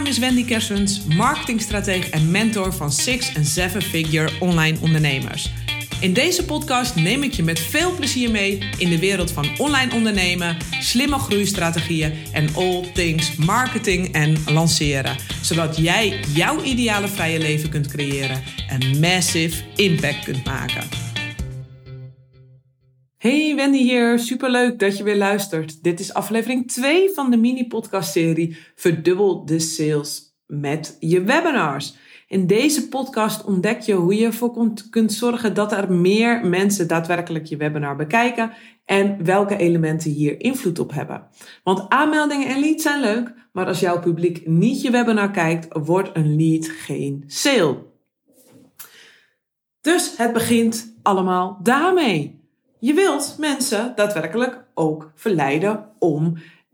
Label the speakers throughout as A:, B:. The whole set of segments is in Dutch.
A: is Wendy Kersens, marketingstratege en mentor van 6- en 7-figure online ondernemers. In deze podcast neem ik je met veel plezier mee in de wereld van online ondernemen, slimme groeistrategieën en all things marketing en lanceren. Zodat jij jouw ideale vrije leven kunt creëren en massive impact kunt maken. Hey, Wendy hier. Superleuk dat je weer luistert. Dit is aflevering 2 van de mini-podcastserie Verdubbel de sales met je webinars. In deze podcast ontdek je hoe je ervoor kunt zorgen dat er meer mensen daadwerkelijk je webinar bekijken en welke elementen hier invloed op hebben. Want aanmeldingen en leads zijn leuk, maar als jouw publiek niet je webinar kijkt, wordt een lead geen sale. Dus het begint allemaal daarmee. Je wilt mensen daadwerkelijk ook verleiden om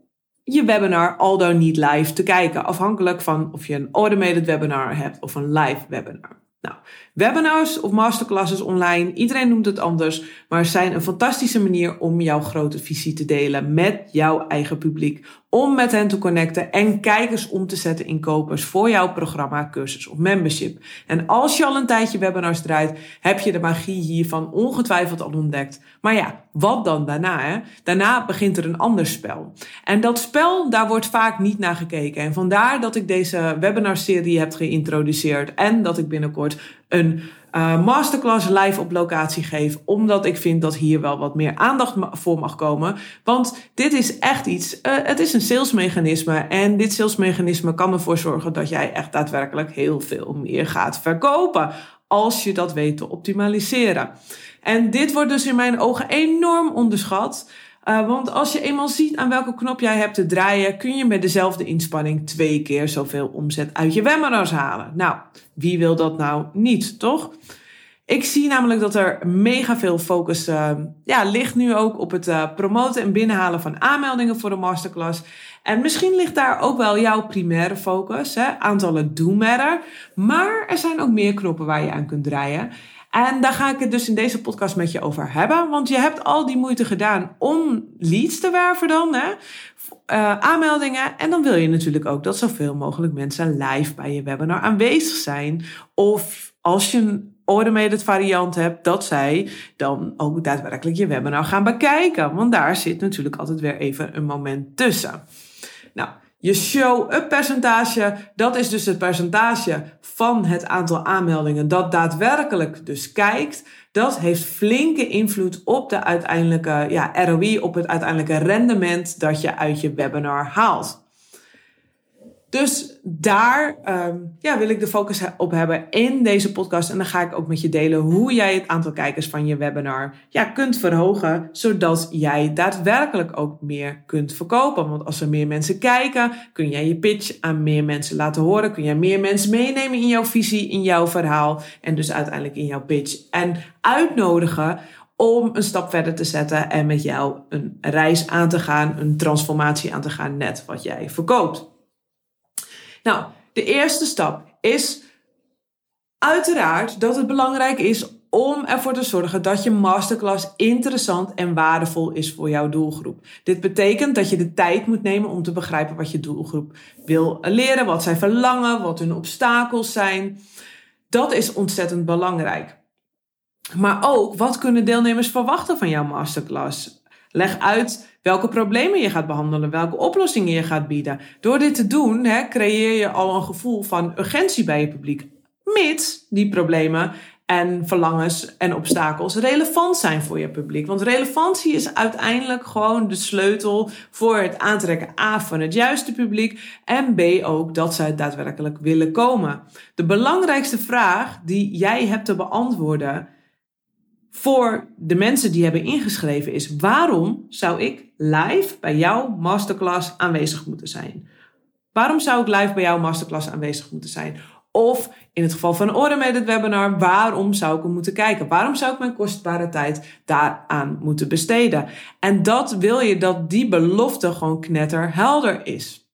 A: je webinar al dan niet live te kijken. Afhankelijk van of je een automated webinar hebt of een live webinar. Nou, webinars of masterclasses online, iedereen noemt het anders, maar zijn een fantastische manier om jouw grote visie te delen met jouw eigen publiek. Om met hen te connecten en kijkers om te zetten in kopers voor jouw programma, cursus of membership. En als je al een tijdje webinars draait, heb je de magie hiervan ongetwijfeld al ontdekt. Maar ja, wat dan daarna? Hè? Daarna begint er een ander spel. En dat spel, daar wordt vaak niet naar gekeken. En vandaar dat ik deze webinarserie heb geïntroduceerd en dat ik binnenkort een masterclass live op locatie geef, omdat ik vind dat hier wel wat meer aandacht voor mag komen. Want dit is echt iets, het is een salesmechanisme en dit salesmechanisme kan ervoor zorgen dat jij echt daadwerkelijk heel veel meer gaat verkopen, als je dat weet te optimaliseren. En dit wordt dus in mijn ogen enorm onderschat. Want als je eenmaal ziet aan welke knop jij hebt te draaien, kun je met dezelfde inspanning 2 keer zoveel omzet uit je webinars halen. Nou, wie wil dat nou niet, toch? Ik zie namelijk dat er mega veel focus ligt nu ook op het promoten en binnenhalen van aanmeldingen voor de masterclass. En misschien ligt daar ook wel jouw primaire focus. Aantallen do matter. Maar er zijn ook meer knoppen waar je aan kunt draaien. En daar ga ik het dus in deze podcast met je over hebben. Want je hebt al die moeite gedaan om leads te werven dan. Aanmeldingen. En dan wil je natuurlijk ook dat zoveel mogelijk mensen live bij je webinar aanwezig zijn. Of als je een automated variant hebt, dat zij dan ook daadwerkelijk je webinar gaan bekijken. Want daar zit natuurlijk altijd weer even een moment tussen. Nou, je show-up percentage, dat is dus het percentage van het aantal aanmeldingen dat daadwerkelijk dus kijkt. Dat heeft flinke invloed op de uiteindelijke ROI, op het uiteindelijke rendement dat je uit je webinar haalt. Dus daar wil ik de focus op hebben in deze podcast. En dan ga ik ook met je delen hoe jij het aantal kijkers van je webinar kunt verhogen. Zodat jij daadwerkelijk ook meer kunt verkopen. Want als er meer mensen kijken, kun jij je pitch aan meer mensen laten horen. Kun jij meer mensen meenemen in jouw visie, in jouw verhaal. En dus uiteindelijk in jouw pitch. En uitnodigen om een stap verder te zetten en met jou een reis aan te gaan. Een transformatie aan te gaan, net wat jij verkoopt. Nou, de eerste stap is uiteraard dat het belangrijk is om ervoor te zorgen dat je masterclass interessant en waardevol is voor jouw doelgroep. Dit betekent dat je de tijd moet nemen om te begrijpen wat je doelgroep wil leren, wat zij verlangen, wat hun obstakels zijn. Dat is ontzettend belangrijk. Maar ook, wat kunnen deelnemers verwachten van jouw masterclass? Leg uit welke problemen je gaat behandelen, welke oplossingen je gaat bieden. Door dit te doen, creëer je al een gevoel van urgentie bij je publiek. Mits die problemen en verlangens en obstakels relevant zijn voor je publiek. Want relevantie is uiteindelijk gewoon de sleutel voor het aantrekken A van het juiste publiek en B ook dat zij daadwerkelijk willen komen. De belangrijkste vraag die jij hebt te beantwoorden voor de mensen die hebben ingeschreven is: waarom zou ik live bij jouw masterclass aanwezig moeten zijn? Waarom zou ik live bij jouw masterclass aanwezig moeten zijn? Of in het geval van een automated webinar, waarom zou ik hem moeten kijken? Waarom zou ik mijn kostbare tijd daaraan moeten besteden? En dat wil je dat die belofte gewoon knetterhelder is.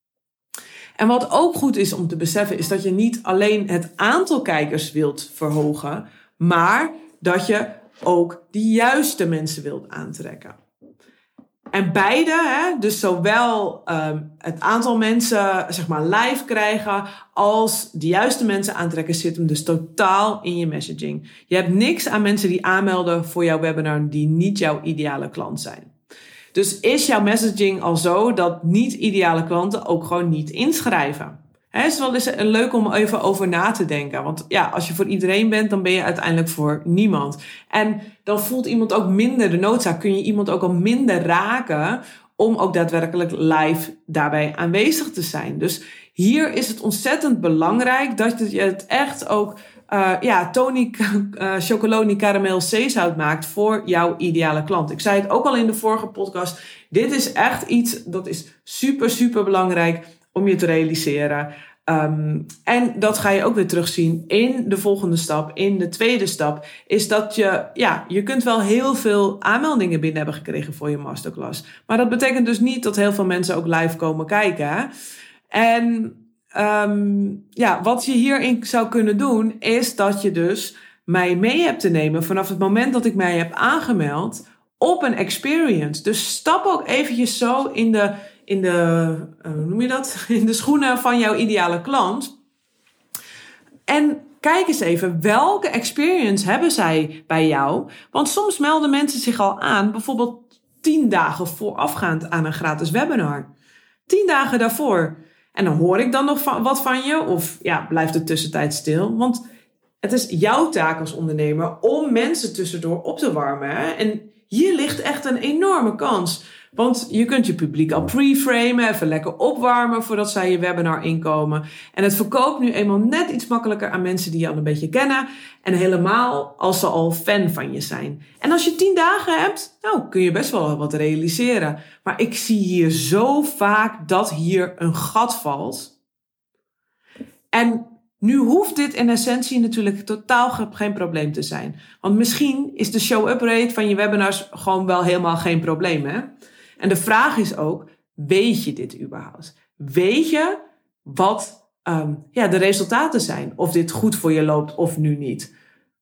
A: En wat ook goed is om te beseffen is dat je niet alleen het aantal kijkers wilt verhogen, maar dat je ook de juiste mensen wilt aantrekken. En beide, dus zowel het aantal mensen zeg maar live krijgen als de juiste mensen aantrekken, zit hem dus totaal in je messaging. Je hebt niks aan mensen die aanmelden voor jouw webinar die niet jouw ideale klant zijn. Dus is jouw messaging al zo dat niet-ideale klanten ook gewoon niet inschrijven? Het is wel eens leuk om even over na te denken. Want ja, als je voor iedereen bent, dan ben je uiteindelijk voor niemand. En dan voelt iemand ook minder de noodzaak. Kun je iemand ook al minder raken om ook daadwerkelijk live daarbij aanwezig te zijn. Dus hier is het ontzettend belangrijk dat je het echt ook Tony Chocoloni Caramel Zeezout maakt voor jouw ideale klant. Ik zei het ook al in de vorige podcast. Dit is echt iets dat is super, super belangrijk om je te realiseren. En dat ga je ook weer terugzien in de volgende stap. In de tweede stap is dat je kunt wel heel veel aanmeldingen binnen hebben gekregen voor je masterclass. Maar dat betekent dus niet dat heel veel mensen ook live komen kijken. Hè? En wat je hierin zou kunnen doen is dat je dus mij mee hebt te nemen vanaf het moment dat ik mij heb aangemeld op een experience. Dus stap ook eventjes zo in de hoe noem je dat? In de schoenen van jouw ideale klant. En kijk eens even, welke experience hebben zij bij jou? Want soms melden mensen zich al aan, bijvoorbeeld 10 dagen voorafgaand aan een gratis webinar. 10 dagen daarvoor. En dan hoor ik dan nog wat van je, of blijft het tussentijd stil? Want het is jouw taak als ondernemer om mensen tussendoor op te warmen. Hè? En hier ligt echt een enorme kans. Want je kunt je publiek al preframen, even lekker opwarmen voordat zij je webinar inkomen. En het verkoopt nu eenmaal net iets makkelijker aan mensen die je al een beetje kennen. En helemaal als ze al fan van je zijn. En als je 10 dagen hebt, kun je best wel wat realiseren. Maar ik zie hier zo vaak dat hier een gat valt. En nu hoeft dit in essentie natuurlijk totaal geen probleem te zijn. Want misschien is de show-up rate van je webinars gewoon wel helemaal geen probleem, hè? En de vraag is ook, weet je dit überhaupt? Weet je wat de resultaten zijn? Of dit goed voor je loopt of nu niet?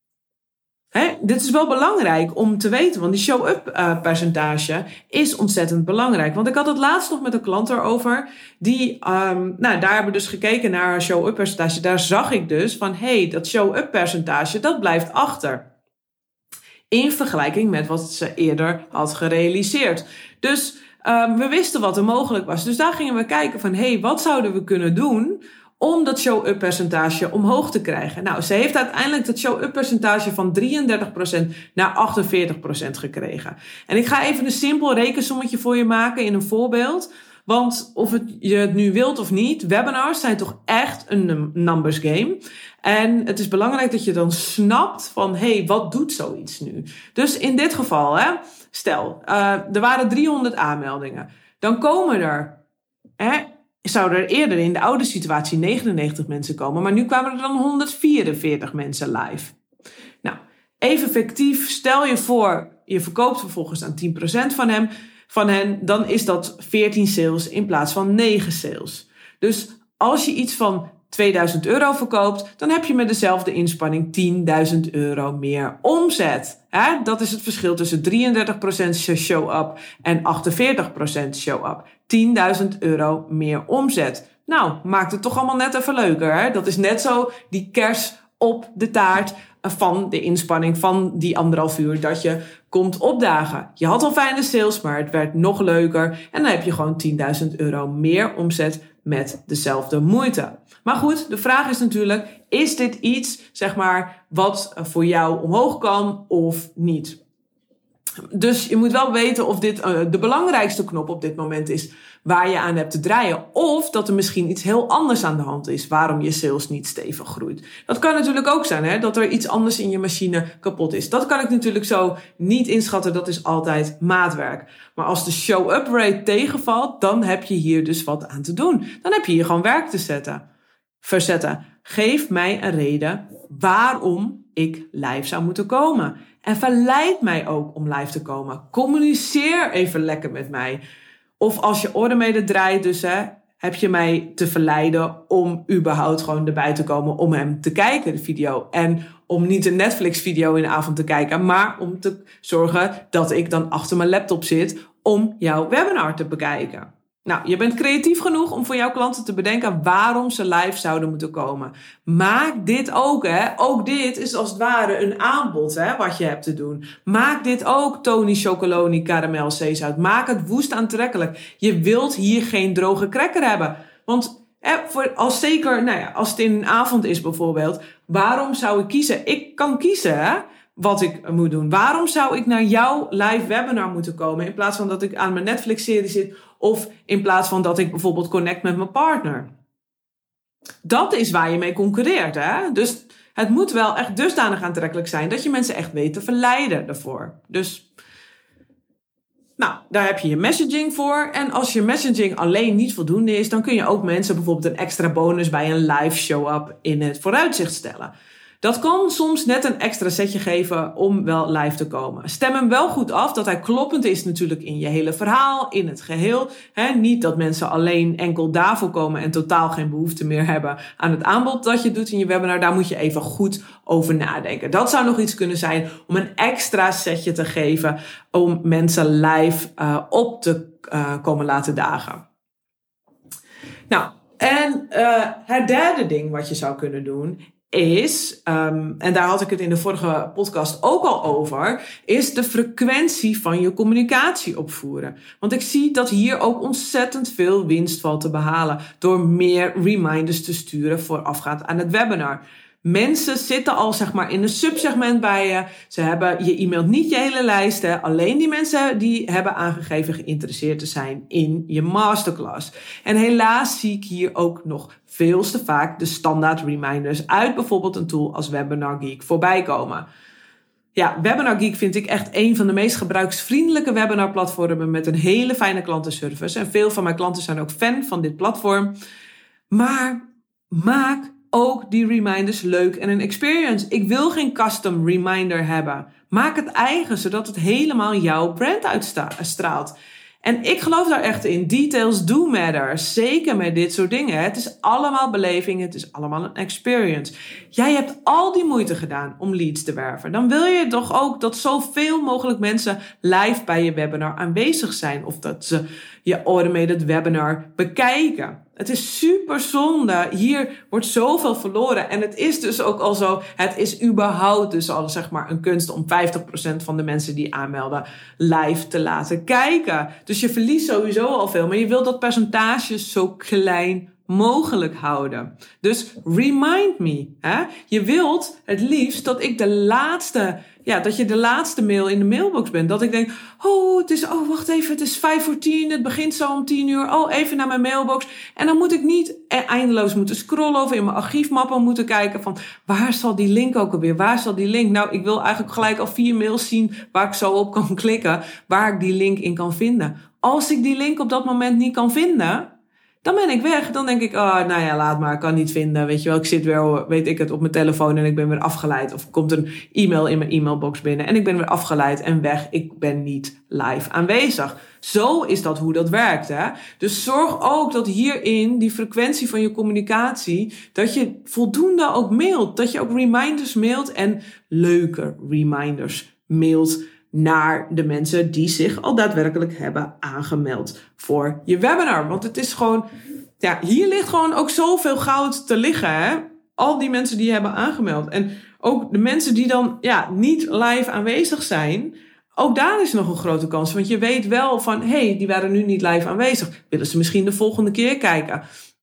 A: Dit is wel belangrijk om te weten, want die show-up percentage is ontzettend belangrijk. Want ik had het laatst nog met een klant erover. Daar hebben we dus gekeken naar haar show-up percentage. Daar zag ik dus van, dat show-up percentage, dat blijft achter. In vergelijking met wat ze eerder had gerealiseerd. Dus we wisten wat er mogelijk was. Dus daar gingen we kijken van, wat zouden we kunnen doen om dat show-up percentage omhoog te krijgen? Nou, ze heeft uiteindelijk dat show-up percentage van 33% naar 48% gekregen. En ik ga even een simpel rekensommetje voor je maken in een voorbeeld. Want je het nu wilt of niet, webinars zijn toch echt een numbers game. En het is belangrijk dat je dan snapt van, wat doet zoiets nu? Dus in dit geval, stel, er waren 300 aanmeldingen. Dan komen zouden er eerder in de oude situatie 99 mensen komen. Maar nu kwamen er dan 144 mensen live. Nou, even fictief, stel je voor, je verkoopt vervolgens aan 10% van hen, dan is dat 14 sales in plaats van 9 sales. Dus als je iets van €2000 verkoopt, dan heb je met dezelfde inspanning €10.000 meer omzet. Dat is het verschil tussen 33% show-up en 48% show-up. €10.000 meer omzet. Nou, maakt het toch allemaal net even leuker. Dat is net zo die kers op de taart van de inspanning van die 1,5 uur dat je komt opdagen. Je had al fijne sales, maar het werd nog leuker. En dan heb je gewoon €10.000 meer omzet met dezelfde moeite. Maar goed, de vraag is natuurlijk, is dit iets, wat voor jou omhoog kan of niet? Dus je moet wel weten of dit de belangrijkste knop op dit moment is waar je aan hebt te draaien. Of dat er misschien iets heel anders aan de hand is waarom je sales niet stevig groeit. Dat kan natuurlijk ook zijn, dat er iets anders in je machine kapot is. Dat kan ik natuurlijk zo niet inschatten, dat is altijd maatwerk. Maar als de show-up rate tegenvalt, dan heb je hier dus wat aan te doen. Dan heb je hier gewoon werk te verzetten. Geef mij een reden waarom ik live zou moeten komen. En verleid mij ook om live te komen. Communiceer even lekker met mij. Of als je ordermede draait, dus heb je mij te verleiden om überhaupt gewoon erbij te komen om hem te kijken, de video. En om niet een Netflix video in de avond te kijken, maar om te zorgen dat ik dan achter mijn laptop zit om jouw webinar te bekijken. Nou, je bent creatief genoeg om voor jouw klanten te bedenken waarom ze live zouden moeten komen. Maak dit ook, hè. Ook dit is als het ware een aanbod, hè, wat je hebt te doen. Maak dit ook Tony Chocoloni Caramel Zeezout. Maak het woest aantrekkelijk. Je wilt hier geen droge cracker hebben. Want als het in een avond is bijvoorbeeld, waarom zou ik kiezen? Ik kan kiezen, hè, wat ik moet doen. Waarom zou ik naar jouw live webinar moeten komen in plaats van dat ik aan mijn Netflix-serie zit of in plaats van dat ik bijvoorbeeld connect met mijn partner? Dat is waar je mee concurreert, hè? Dus het moet wel echt dusdanig aantrekkelijk zijn dat je mensen echt weet te verleiden daarvoor. Dus, nou, daar heb je je messaging voor. En als je messaging alleen niet voldoende is, dan kun je ook mensen bijvoorbeeld een extra bonus bij een live show-up in het vooruitzicht stellen. Dat kan soms net een extra setje geven om wel live te komen. Stem hem wel goed af dat hij kloppend is natuurlijk in je hele verhaal, in het geheel. Niet dat mensen alleen enkel daarvoor komen en totaal geen behoefte meer hebben aan het aanbod dat je doet in je webinar. Daar moet je even goed over nadenken. Dat zou nog iets kunnen zijn om een extra setje te geven om mensen live op te komen laten dagen. Nou, en het derde ding wat je zou kunnen doen is, en daar had ik het in de vorige podcast ook al over, is de frequentie van je communicatie opvoeren. Want ik zie dat hier ook ontzettend veel winst valt te behalen door meer reminders te sturen voorafgaand aan het webinar. Mensen zitten al zeg maar in een subsegment bij je. Je e-mailt niet je hele lijst. Hè. Alleen die mensen die hebben aangegeven geïnteresseerd te zijn in je masterclass. En helaas zie ik hier ook nog veel te vaak de standaard reminders uit bijvoorbeeld een tool als Webinar Geek voorbij komen. Ja, Webinar Geek vind ik echt een van de meest gebruiksvriendelijke webinarplatformen met een hele fijne klantenservice. En veel van mijn klanten zijn ook fan van dit platform. Maar maak ook die reminders leuk en een experience. Ik wil geen custom reminder hebben. Maak het eigen, zodat het helemaal jouw brand uitstraalt. En ik geloof daar echt in. Details do matter. Zeker met dit soort dingen. Het is allemaal beleving. Het is allemaal een experience. Jij hebt al die moeite gedaan om leads te werven. Dan wil je toch ook dat zoveel mogelijk mensen live bij je webinar aanwezig zijn. Of dat ze je automated webinar bekijken. Het is super zonde. Hier wordt zoveel verloren. En het is dus ook al zo. Het is überhaupt dus al zeg maar een kunst om 50% van de mensen die aanmelden live te laten kijken. Dus je verliest sowieso al veel. Maar je wilt dat percentage zo klein mogelijk houden. Dus remind me. Hè? Je wilt het liefst dat ik dat je de laatste mail in de mailbox bent. Dat ik denk, wacht even, het is 9:55, het begint zo om 10:00. Even naar mijn mailbox. En dan moet ik niet eindeloos moeten scrollen of in mijn archiefmappen moeten kijken van, waar zal die link ook alweer? Waar zal die link? Nou, ik wil eigenlijk gelijk al 4 mails zien waar ik zo op kan klikken, waar ik die link in kan vinden. Als ik die link op dat moment niet kan vinden, dan ben ik weg. Dan denk ik, laat maar, ik kan niet vinden. Weet je wel, ik zit weer, weet ik het, op mijn telefoon en ik ben weer afgeleid. Of er komt een e-mail in mijn e-mailbox binnen en ik ben weer afgeleid en weg. Ik ben niet live aanwezig. Zo is dat hoe dat werkt, hè. Dus zorg ook dat hierin die frequentie van je communicatie, dat je voldoende ook mailt. Dat je ook reminders mailt en leuke reminders mailt naar de mensen die zich al daadwerkelijk hebben aangemeld voor je webinar. Want het is gewoon, hier ligt gewoon ook zoveel goud te liggen, hè? Al die mensen die je hebben aangemeld. En ook de mensen die dan niet live aanwezig zijn, ook daar is nog een grote kans. Want je weet wel van, die waren nu niet live aanwezig. Willen ze misschien de volgende keer kijken?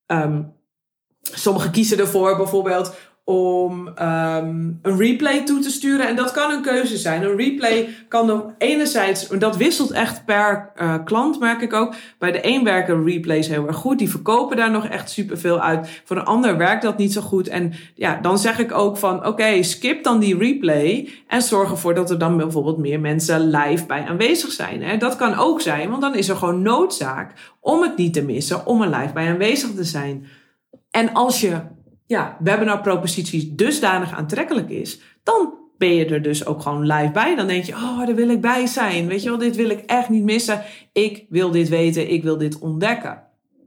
A: Sommigen kiezen ervoor bijvoorbeeld om een replay toe te sturen. En dat kan een keuze zijn. Een replay kan dan enerzijds, dat wisselt echt per klant, merk ik ook. Bij de een werken replays heel erg goed. Die verkopen daar nog echt superveel uit. Voor een ander werkt dat niet zo goed. En dan zeg ik ook van, skip dan die replay en zorg ervoor dat er dan bijvoorbeeld meer mensen live bij aanwezig zijn. Hè? Dat kan ook zijn, want dan is er gewoon noodzaak om het niet te missen, om er live bij aanwezig te zijn. En als je webinarpropositie dusdanig aantrekkelijk is, dan ben je er dus ook gewoon live bij. Dan denk je, daar wil ik bij zijn. Weet je wel, dit wil ik echt niet missen. Ik wil dit weten, ik wil dit ontdekken.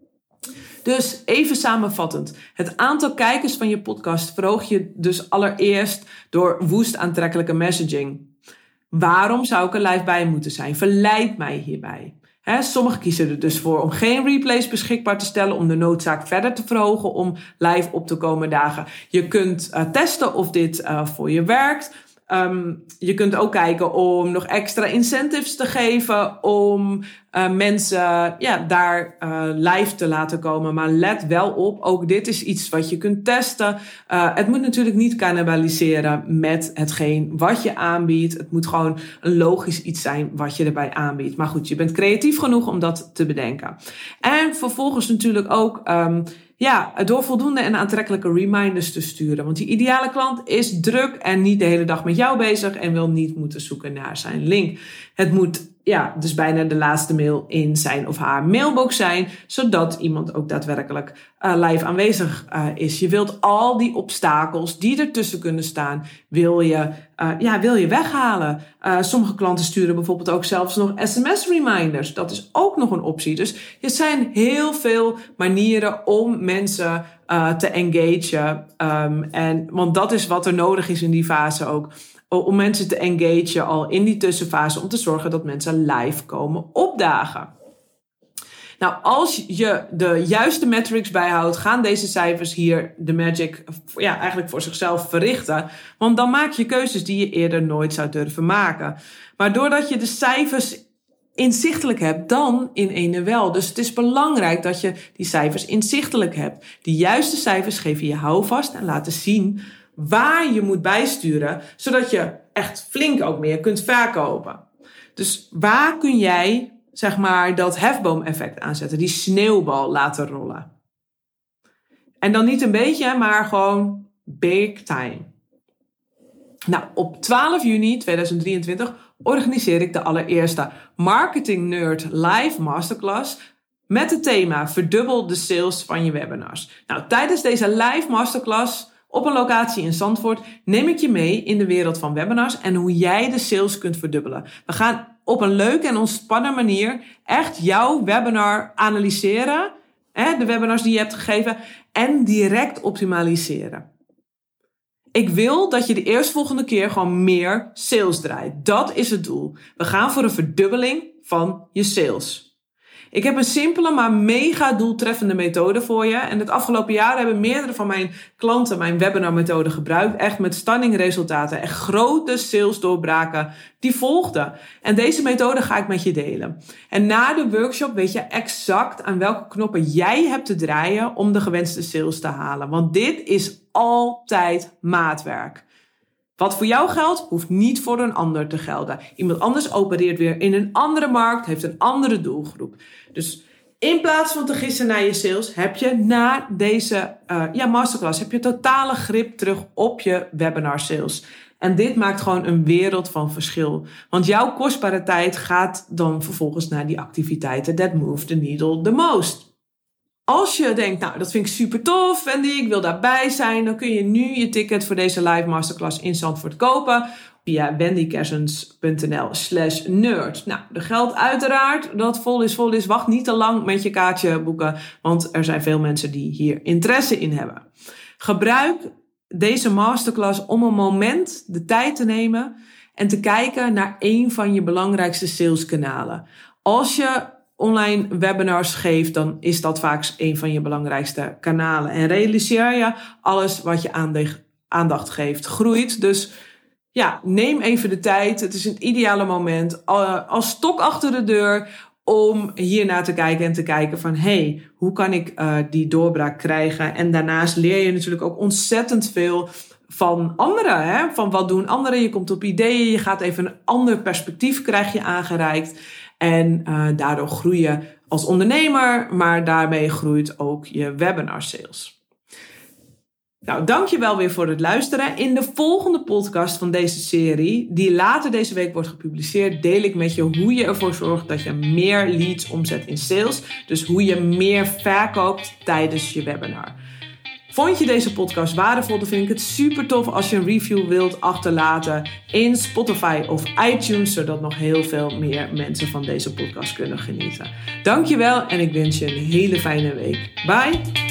A: Dus even samenvattend. Het aantal kijkers van je podcast verhoog je dus allereerst door woest aantrekkelijke messaging. Waarom zou ik er live bij moeten zijn? Verleid mij hierbij. Sommigen kiezen er dus voor om geen replays beschikbaar te stellen, om de noodzaak verder te verhogen om live op te komen dagen. Je kunt testen of dit voor je werkt. Je kunt ook kijken om nog extra incentives te geven om mensen daar live te laten komen. Maar let wel op, ook dit is iets wat je kunt testen. Het moet natuurlijk niet cannibaliseren met hetgeen wat je aanbiedt. Het moet gewoon een logisch iets zijn wat je erbij aanbiedt. Maar goed, je bent creatief genoeg om dat te bedenken. En vervolgens natuurlijk ook door voldoende en aantrekkelijke reminders te sturen. Want die ideale klant is druk en niet de hele dag met jou bezig en wil niet moeten zoeken naar zijn link. Het moet dus bijna de laatste mail in zijn of haar mailbox zijn, zodat iemand ook daadwerkelijk live aanwezig is. Je wilt al die obstakels die ertussen kunnen staan, wil je weghalen. Sommige klanten sturen bijvoorbeeld ook zelfs nog SMS-reminders. Dat is ook nog een optie. Dus er zijn heel veel manieren om mensen te engagen. Want dat is wat er nodig is in die fase ook. Om mensen te engagen al in die tussenfase, om te zorgen dat mensen live komen opdagen. Nou, als je de juiste metrics bijhoudt, gaan deze cijfers hier de magic eigenlijk voor zichzelf verrichten. Want dan maak je keuzes die je eerder nooit zou durven maken. Maar doordat je de cijfers inzichtelijk hebt, dan in ene wel. Dus het is belangrijk dat je die cijfers inzichtelijk hebt. Die juiste cijfers geven je houvast en laten zien waar je moet bijsturen, zodat je echt flink ook meer kunt verkopen. Dus waar kun jij, dat hefboom-effect aanzetten, die sneeuwbal laten rollen? En dan niet een beetje, maar gewoon big time. Nou, op 12 juni 2023 organiseer ik de allereerste Marketing Nerd Live Masterclass met het thema Verdubbel de sales van je webinars. Nou, tijdens deze live masterclass op een locatie in Zandvoort neem ik je mee in de wereld van webinars en hoe jij de sales kunt verdubbelen. We gaan op een leuke en ontspannen manier echt jouw webinar analyseren, de webinars die je hebt gegeven, en direct optimaliseren. Ik wil dat je de eerstvolgende keer gewoon meer sales draait. Dat is het doel. We gaan voor een verdubbeling van je sales. Ik heb een simpele, maar mega doeltreffende methode voor je. En het afgelopen jaar hebben meerdere van mijn klanten mijn webinarmethode gebruikt. Echt met stunning resultaten. Echt grote sales doorbraken die volgden. En deze methode ga ik met je delen. En na de workshop weet je exact aan welke knoppen jij hebt te draaien om de gewenste sales te halen. Want dit is altijd maatwerk. Wat voor jou geldt, hoeft niet voor een ander te gelden. Iemand anders opereert weer in een andere markt, heeft een andere doelgroep. Dus in plaats van te gissen naar je sales, heb je na deze masterclass heb je totale grip terug op je webinar sales. En dit maakt gewoon een wereld van verschil. Want jouw kostbare tijd gaat dan vervolgens naar die activiteiten that move the needle the most. Als je denkt, nou, dat vind ik super tof, Wendy, ik wil daarbij zijn, dan kun je nu je ticket voor deze live masterclass in Zandvoort kopen via wendykersens.nl/nerd. Nou, er geldt uiteraard dat vol is. Wacht niet te lang met je kaartje boeken, want er zijn veel mensen die hier interesse in hebben. Gebruik deze masterclass om een moment de tijd te nemen en te kijken naar een van je belangrijkste saleskanalen. Als je online webinars geeft, dan is dat vaak een van je belangrijkste kanalen. En realiseer je, alles wat je aandacht geeft groeit. Dus neem even de tijd. Het is een ideale moment als stok achter de deur om hier naar te kijken en te kijken van hoe kan ik die doorbraak krijgen? En daarnaast leer je natuurlijk ook ontzettend veel van anderen. Van wat doen anderen? Je komt op ideeën, je gaat even een ander perspectief krijg je aangereikt. En daardoor groei je als ondernemer, maar daarmee groeit ook je webinar sales. Nou, dankjewel weer voor het luisteren. In de volgende podcast van deze serie, die later deze week wordt gepubliceerd, deel ik met je hoe je ervoor zorgt dat je meer leads omzet in sales. Dus hoe je meer verkoopt tijdens je webinar. Vond je deze podcast waardevol? Dan vind ik het super tof als je een review wilt achterlaten in Spotify of iTunes, zodat nog heel veel meer mensen van deze podcast kunnen genieten. Dankjewel en ik wens je een hele fijne week. Bye!